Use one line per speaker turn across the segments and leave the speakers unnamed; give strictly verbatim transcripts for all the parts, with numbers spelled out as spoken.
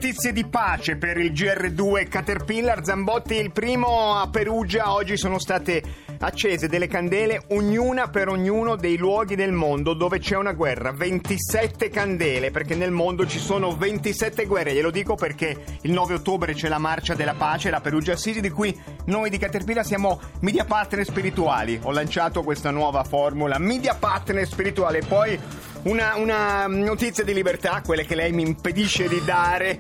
notizie di pace per il G R due Caterpillar. Zambotti, il primo a Perugia. Oggi sono state accese delle candele, ognuna per ognuno dei luoghi del mondo dove c'è una guerra. ventisette candele, perché nel mondo ci sono ventisette guerre. Glielo dico perché il nove ottobre c'è la marcia della pace, la Perugia Assisi, di cui noi di Caterpillar siamo media partner spirituali. Ho lanciato questa nuova formula, media partner spirituale. Poi una, una notizia di libertà, quelle che lei mi impedisce di dare.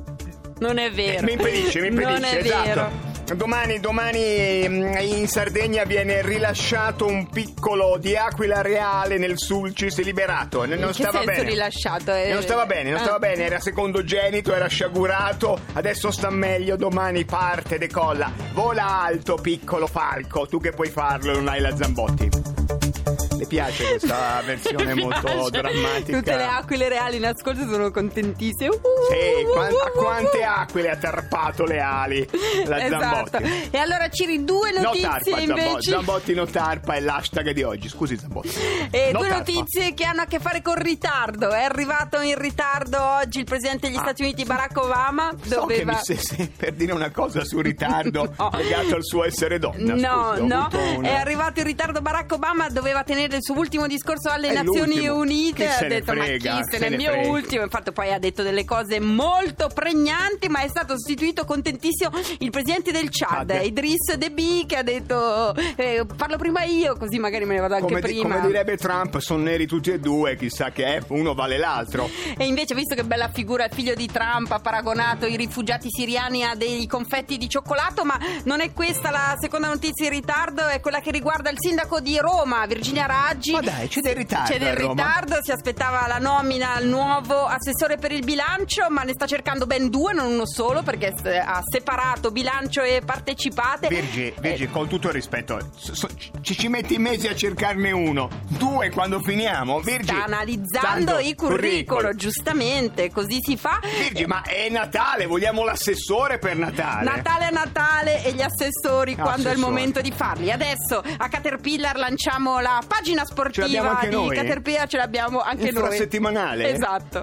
Non è vero.
Mi impedisce, mi impedisce,
non è
esatto.
vero.
Domani, domani in Sardegna viene rilasciato un piccolo di aquila reale nel Sulcis, liberato. Non
in
stava
che senso
bene.
rilasciato? È...
Non stava bene, non
ah.
stava bene, era secondogenito, era sciagurato, adesso sta meglio, domani parte, decolla. Vola alto, piccolo falco, tu che puoi farlo, non hai la Zambotti. Le piace questa versione molto drammatica?
Tutte le aquile reali in ascolto sono contentissime. Uh,
sì,
uh,
quant-
uh,
a quante aquile ha tarpato le ali la
esatto.
Zambotti?
E allora Ciri, due notizie
no tarpa,
invece
Zambotti, Zambotti no tarpa è l'hashtag di oggi. Scusi Zambotti.
E
no
due
tarpa.
notizie che hanno a che fare con ritardo. È arrivato in ritardo oggi il presidente degli ah. Stati Uniti Barack Obama.
So
doveva...
che mi se, se, per dire una cosa sul ritardo no. legato al suo essere donna.
No,
Scusi,
no,
una...
è arrivato in ritardo Barack Obama, doveva tenere il suo ultimo discorso alle
è
Nazioni
l'ultimo.
Unite.
Chi
ha detto
frega,
ma chi se ne è il mio
frega.
ultimo. Infatti poi ha detto delle cose molto pregnanti, ma è stato sostituito contentissimo il presidente del Chad, ah, Idriss Deby, che ha detto eh, parlo prima io, così magari me ne vado anche
come
prima.
Di, come direbbe Trump, sono neri tutti e due, chissà che è, uno vale l'altro.
E invece, visto che bella figura il figlio di Trump, ha paragonato i rifugiati siriani a dei confetti di cioccolato, ma non è questa la seconda notizia in ritardo, è quella che riguarda il sindaco di Roma, Virginia Raggi.
Ma dai, c'è del ritardo.
C'è del ritardo, si aspettava la nomina al nuovo assessore per il bilancio, ma ne sta cercando ben due, non uno solo, perché ha separato bilancio e partecipate.
Virgi, Virgi eh, con tutto il rispetto, so, ci, ci metti mesi a cercarne uno, due quando finiamo. Virgi,
sta analizzando
tanto,
i curriculum,
curricolo.
Giustamente, così si fa.
Virgi, ma è Natale, vogliamo l'assessore per Natale.
Natale a Natale e gli assessori
ah,
quando
assessori.
è il momento di farli. Adesso a Caterpillar lanciamo la pagina sportiva
anche
di
noi.
Caterpillar, ce l'abbiamo anche noi.
Infrasettimanale.
Esatto.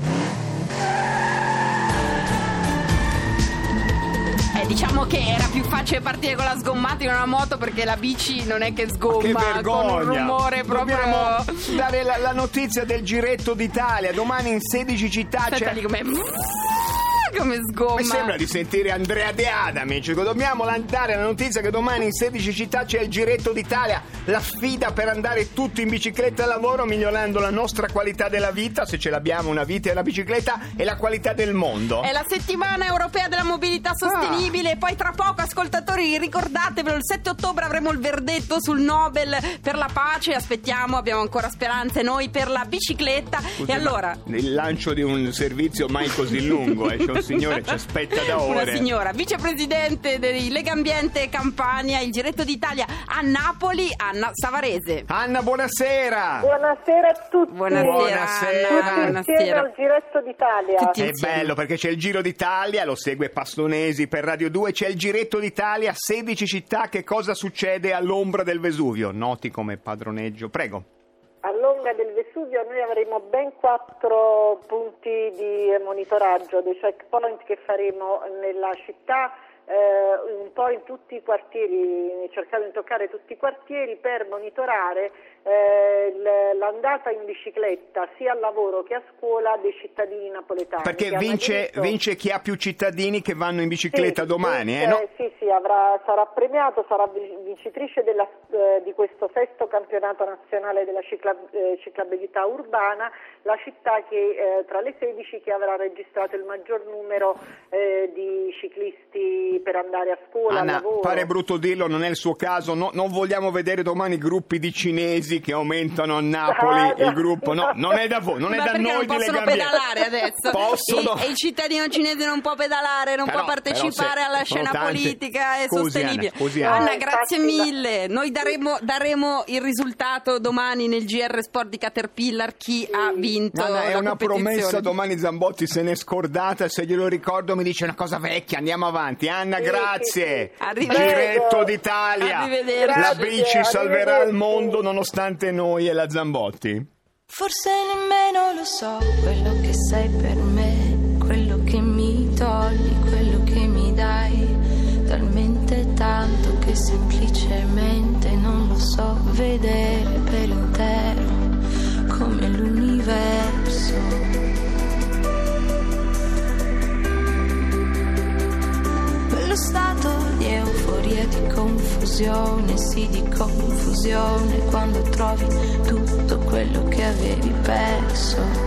Eh, diciamo che era più facile partire con la sgommata in una moto, perché la bici non è che sgomma,
che vergogna.
con un rumore proprio.
Dobbiamo dare la, la notizia del giretto d'Italia. Domani in sedici città.
Aspetta,
c'è
lì come... come sgomma.
Mi sembra di sentire Andrea De Adami. Cioè, dobbiamo lanciare la notizia che domani in sedici città c'è il giretto d'Italia, la sfida per andare tutti in bicicletta al lavoro, migliorando la nostra qualità della vita, se ce l'abbiamo una vita e una bicicletta, e la qualità del mondo.
È la settimana europea della mobilità sostenibile. Ah. E poi tra poco, ascoltatori, ricordatevelo, il sette ottobre avremo il verdetto sul Nobel per la pace. Aspettiamo, abbiamo ancora speranze noi per la bicicletta.
Scusi,
e allora
il lancio di un servizio mai così lungo, eh, c'è un signore ci aspetta da ore.
Una signora, vicepresidente di Lega Ambiente Campania, il giretto d'Italia a Napoli, Anna Savarese.
Anna, buonasera.
Buonasera a tutti.
Buonasera,
buonasera.
Anna.
Tutti insieme al giretto d'Italia.
Tutti
È
insieme.
bello perché c'è il Giro d'Italia, lo segue Pastonesi per Radio due, c'è il giretto d'Italia, sedici città. Che cosa succede all'ombra del Vesuvio? Noti come padroneggio, prego.
All'ombra del Vesuvio noi avremo ben quattro punti di monitoraggio, dei checkpoint che faremo nella città, eh, un po' in tutti i quartieri, cercando di toccare tutti i quartieri per monitorare eh, l'andata in bicicletta sia al lavoro che a scuola dei cittadini napoletani.
Perché vince,
diritto...
vince chi ha più cittadini che vanno in bicicletta
sì,
domani,
vince,
eh, no?
Sì, sì, avrà, sarà premiato, sarà vincitrice della, eh, di questo sesto campionato nazionale della cicla, eh, ciclabilità urbana, la città che eh, tra le sedici che avrà registrato il maggior numero eh, di ciclisti per andare a scuola,
Anna,
al lavoro.
pare brutto dirlo, non è il suo caso, no, non vogliamo vedere domani gruppi di cinesi che aumentano a Napoli
Ah,
il gruppo, no, non è da voi, non
Ma
è da
perché
noi
non
di
possono
Lega
pedalare adesso?
Possono.
E, e il cittadino cinese non può pedalare, non
Però-
può partecipare
però se-
alla
sono
scena
tante-
politica e
Scusi,
sostenibile.
Anna, scusi, Anna.
Anna,
No,
grazie
infatti,
mille. Noi daremo, daremo il risultato domani nel G R Sport di Caterpillar, chi ha vinto
Anna, è
la
una
competizione.
promessa, domani Zambotti se n'è scordata, se glielo ricordo mi dice una cosa vecchia, andiamo avanti. Anna,
Sì,
grazie.
sì, sì.
Arrivederci.
Giretto d'Italia.
Arrivederci.
La
Grazie,
bici salverà il
arrivederci.
mondo nonostante noi e la Zambotti.
Forse nemmeno lo so quello che sei per me, quello che mi semplicemente non lo so vedere per intero come l'universo. Quello stato di euforia e di confusione, sì di confusione, quando trovi tutto quello che avevi perso.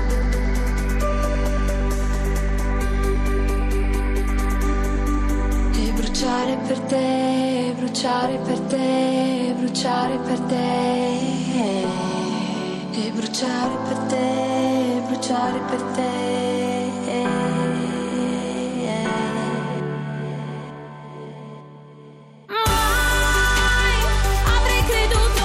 Bruciare per te, bruciare per te, bruciare per te, e bruciare per te, bruciare per te. Mai avrei creduto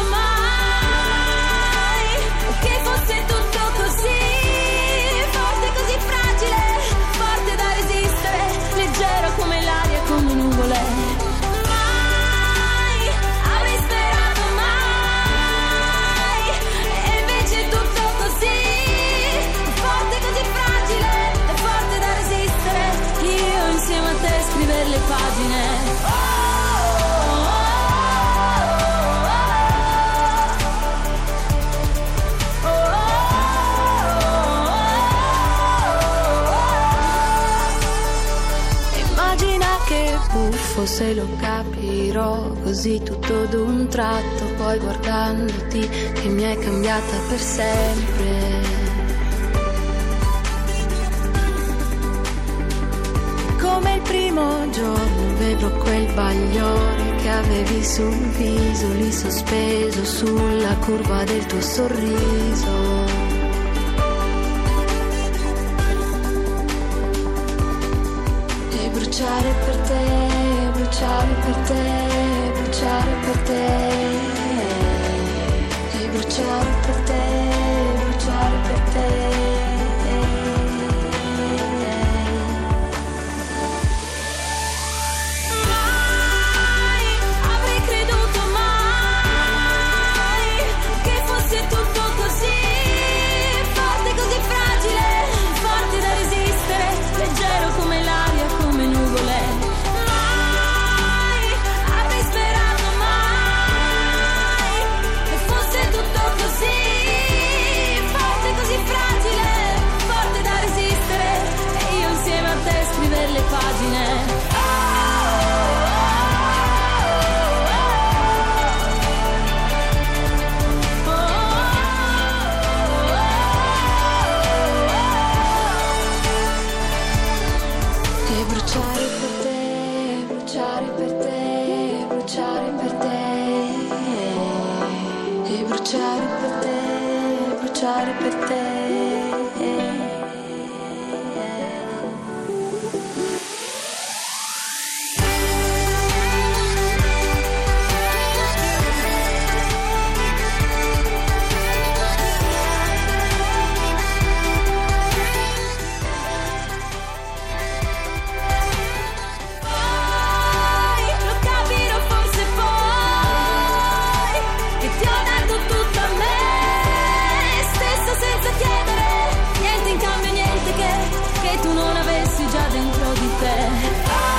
mai che fosse tutto così forte, così fragile, forte da resistere, leggero come l'aria, come nuvole. Mai avrei sperato mai, e invece tutto così forte, così fragile e forte da resistere. Io insieme a te scrivere le pagine. Oh, oh, oh, oh. Immagina che buffo se lo capirò così tutto d'un tratto, poi guardandoti che mi hai cambiata per sempre. Come il primo giorno vedrò quel bagliore che avevi sul viso, lì sospeso sulla curva del tuo sorriso. Bruciare per te, bruciare per te, bruciare per te, e bruciare per te, bruciare per te. Mai avrei creduto mai che fosse tutto così forte, così fragile, forte da resistere, leggero come l'aria, come nuvole. Mai avrei sperato mai che fosse tutto così forte, così fragile, forte da resistere, e io insieme a te scrivere le pagine. E bruciare per te, bruciare per te, bruciare per te, e bruciare per te, bruciare per te. Poi lo capirò forse poi che ti ho dato tutto a me stesso senza chiedere niente in cambio, niente che, che tu non avessi già dentro di te.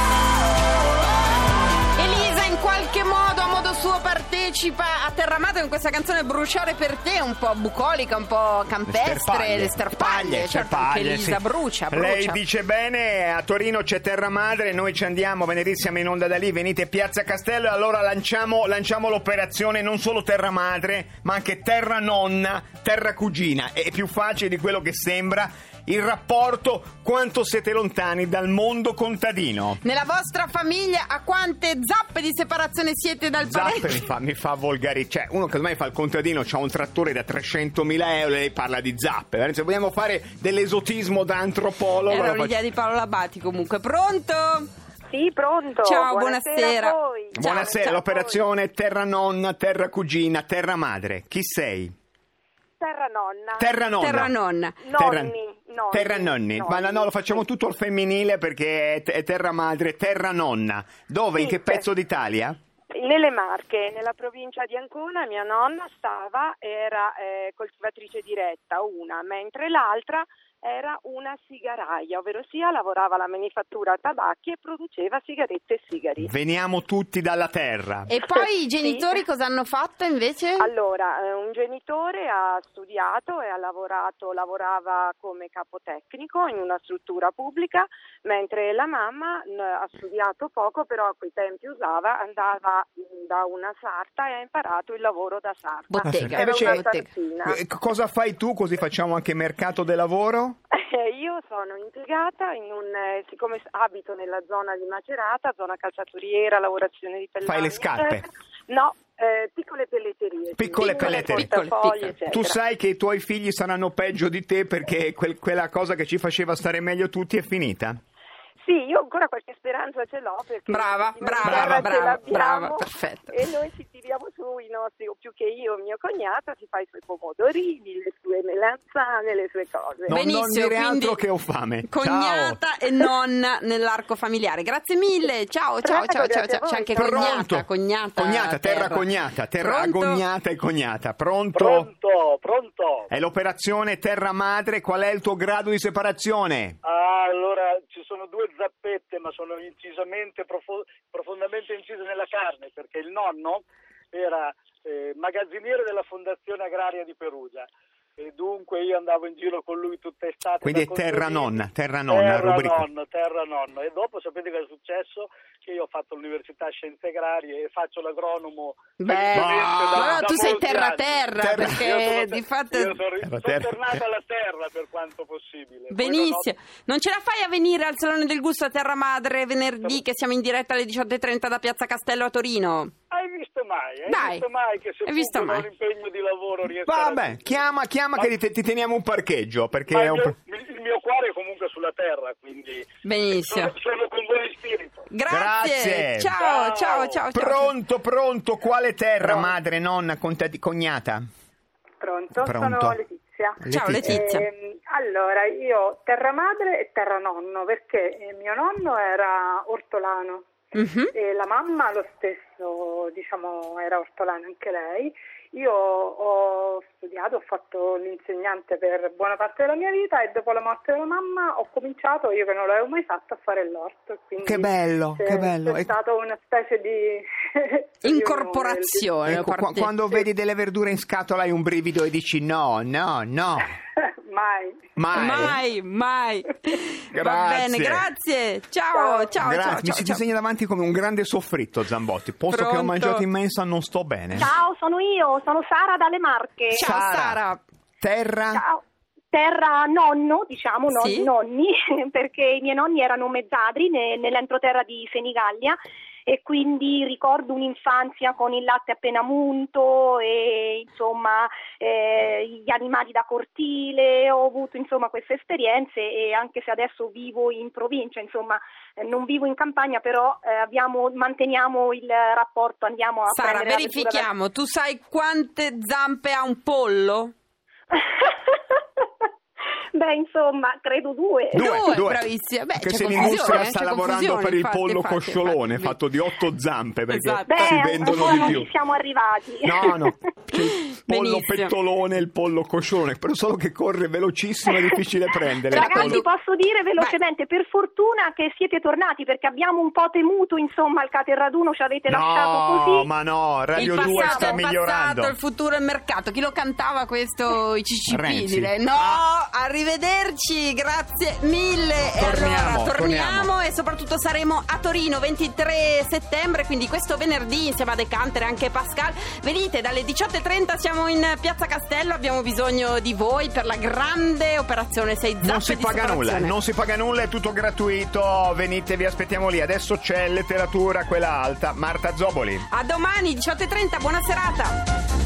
Elisa in qualche modo, a modo suo, partecipa a Terra Madre con questa canzone Bruciare per te, un po' bucolica, un po' campestre, le sterpaglie, certo, anche Elisa
sì.
brucia, brucia.
Lei dice bene, a Torino c'è Terra Madre, noi ci andiamo, venerdì siamo in onda da lì, venite a Piazza Castello e allora lanciamo, lanciamo l'operazione non solo Terra Madre, ma anche Terra Nonna, Terra Cugina. È più facile di quello che sembra. Il rapporto, quanto siete lontani dal mondo contadino.
Nella vostra famiglia a quante zappe di separazione siete dal
Zappe
parente?
mi fa, mi fa volgari, cioè uno che ormai fa il contadino, c'ha un trattore da trecentomila euro e lei parla di zappe. Se vogliamo fare dell'esotismo da antropologo,
Era
lo
un'idea
faccio-
di Paolo Labati comunque. Pronto?
Sì, pronto.
Ciao,
buonasera.
buonasera.
A voi.
Ciao,
Buonasera,
ciao.
l'operazione Terra Nonna, Terra Cugina, Terra Madre. Chi sei?
Terra nonna.
Terra Nonna.
Terra nonna.
Terra-
Nonni. Nonni.
Terra Nonni. Ma no, no, lo facciamo tutto al femminile perché è, è Terra Madre, Terra Nonna. Dove?
Sì,
in che
sì.
pezzo d'Italia?
Nelle Marche, nella provincia di Ancona, mia nonna stava, era eh, coltivatrice diretta, una, mentre l'altra
era una sigaraia, ovvero sia lavorava alla manifattura tabacchi e produceva sigarette e sigari.
Veniamo tutti dalla terra.
E poi i genitori
Sì.
cosa hanno fatto invece?
Allora, eh, un genitore ha studiato e ha lavorato, lavorava come capotecnico in una struttura pubblica, mentre la mamma n- ha studiato poco, però a quei tempi usava, andava mh, da una sarta e ha imparato il lavoro da sarta.
Bottega.
Era
Invece-
una sartina.
Eh, Cosa fai tu? Così facciamo anche mercato del lavoro?
Eh, Io sono impiegata in un, eh, siccome abito nella zona di Macerata, zona calzaturiera, lavorazione di pellegrini.
Fai le scarpe?
eccetera. No, eh, piccole pelletterie.
Piccole pelletterie.
Piccole,
portafogli,
piccole.
eccetera.
Tu sai che i tuoi figli saranno peggio di te perché quel- quella cosa che ci faceva stare meglio tutti è finita?
Sì, io ancora qualche speranza ce l'ho perché
Brava,
in
brava,
terra ce
brava,
l'abbiamo
brava, perfetto.
e noi ci tiriamo su i nostri, o più che io, mio cognato si fa i suoi pomodorini, le sue melanzane, le sue cose.
Non, non
Benissimo,
dire
quindi
altro che ho fame.
Cognata
Ciao.
e nonna nell'arco familiare. Grazie mille. Ciao, ciao,
Prego,
ciao, ciao,
grazie a
ciao. C'è
voi.
anche
Pronto?
cognata, cognata.
Cognata, terra cognata, terra
Pronto?
agognata e cognata. Pronto?
Pronto, pronto.
È l'operazione Terra Madre, qual è il tuo grado di separazione?
Ah, allora ci sono due zappette, ma sono incisamente, profo- profondamente incise nella carne, perché il nonno era eh, magazziniere della Fondazione Agraria di Perugia. E dunque io andavo in giro con lui tutta estate.
Quindi
da
è terra
controlli.
nonna, terra nonna,
terra
rubrica.
nonno, terra nonno. E dopo sapete cosa è successo? Che io ho fatto l'università Scienze Agrarie e faccio l'agronomo.
Beh,
praticamente da-
allora
da
tu sei
molti
terra
anni.
terra,
Terra-
perché
Io sono te-
di fatto...
io sono, ri-
Terra,
sono
terra.
tornato alla terra per quanto possibile. Poi
Benissimo.
non ho-
Non ce la fai a venire al Salone del Gusto a Terra Madre venerdì, che siamo in diretta alle diciotto e trenta da Piazza Castello a Torino?
Hai visto mai? Hai
Dai.
visto mai che se
Hai visto
punto
mai?
un impegno di lavoro riesco a
Vabbè,
raggiungere?
chiama, chiama
Ma-
che ti, ti teniamo un parcheggio, perché
Ma
è
il,
un...
mio, il mio cuore è comunque sulla terra, quindi
Benissimo.
sono, sono con voi in spirito.
Grazie.
Grazie.
Ciao, ciao,
Ciao.
ciao, ciao.
Pronto, pronto, quale terra, madre, nonna, conta- cognata?
Pronto?
Pronto.
Sono Letizia.
Ciao, Letizia.
Ehm, allora, io terra madre e terra nonno, perché eh, mio nonno era ortolano
Mhm.
e la mamma lo stesso, diciamo, era ortolana anche lei. Io ho studiato, ho fatto l'insegnante per buona parte della mia vita e dopo la morte della mamma ho cominciato, io che non l'avevo mai fatto, a fare l'orto. e Quindi
Che bello,
c'è,
che bello.
C'è
E-
stata una specie di...
Incorporazione.
Ecco, qua-
parte-
quando vedi delle verdure in scatola hai un brivido e dici no, no, no,
Mai.
mai.
Mai, mai. Va
Grazie.
bene, grazie. Ciao, ciao,
Grazie,
ciao.
mi
ciao,
si
ciao.
disegna davanti come un grande soffritto, Zambotti. Posto che ho
Pronto?
mangiato in mensa non sto bene.
Ciao, sono io, sono Sara dalle Marche.
Ciao, Sara.
Terra?
Ciao. Terra nonno, diciamo, non-
Sì.
nonni, perché i miei nonni erano mezzadri ne- nell'entroterra di Senigallia e quindi ricordo un'infanzia con il latte appena munto e insomma eh, gli animali da cortile, ho avuto insomma queste esperienze e anche se adesso vivo in provincia, insomma eh, non vivo in campagna, però eh, abbiamo, manteniamo il rapporto, andiamo a
Sara,
prendere la vettura da-
verifichiamo. Tu sai quante zampe ha un pollo?
Beh, insomma, credo due.
Due,
Due, bravissima. Beh,
Che
c'è
se
confusione,
l'industria
eh,
sta
c'è
lavorando
confusione,
per il
infatti,
pollo
infatti,
cosciolone
infatti.
fatto di otto zampe perché
Esatto.
Beh,
si
un
vendono
po'
di
non
più.
ci siamo arrivati.
No, no, c'è il pollo
Benissimo.
pettolone e il pollo cosciolone, però solo che corre velocissimo è difficile prendere. il
Ragazzi,
pollo.
posso dire velocemente, per fortuna che siete tornati, perché abbiamo un po' temuto, insomma, al Caterraduno ci avete lasciato
No,
così.
ma no, Radio
il
due
passato
sta
è il
migliorando.
passato, il futuro è il mercato. Chi lo cantava questo? I C C P,
Renzi.
direi. No, arrivederci, grazie mille. E
Torniamo,
allora torniamo
torniamo.
e soprattutto saremo a Torino ventitré settembre, quindi questo venerdì insieme a De Canter e anche Pascal. Venite dalle diciotto e trenta, siamo in Piazza Castello, abbiamo bisogno di voi per la grande operazione sei zappe
Non si
di
paga nulla,
separazione.
non si paga nulla, è tutto gratuito. Venite, vi aspettiamo lì. Adesso c'è letteratura, quella alta. Marta Zoboli.
A domani diciotto e trenta, buona serata.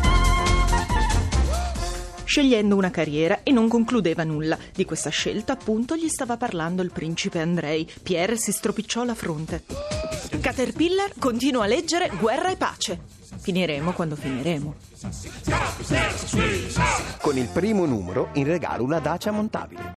Scegliendo una carriera e non concludeva nulla. Di questa scelta, appunto, gli stava parlando il principe Andrei. Pierre si stropicciò la fronte. Caterpillar continua a leggere Guerra e pace. Finiremo quando finiremo.
Con il primo numero in regalo una Dacia montabile.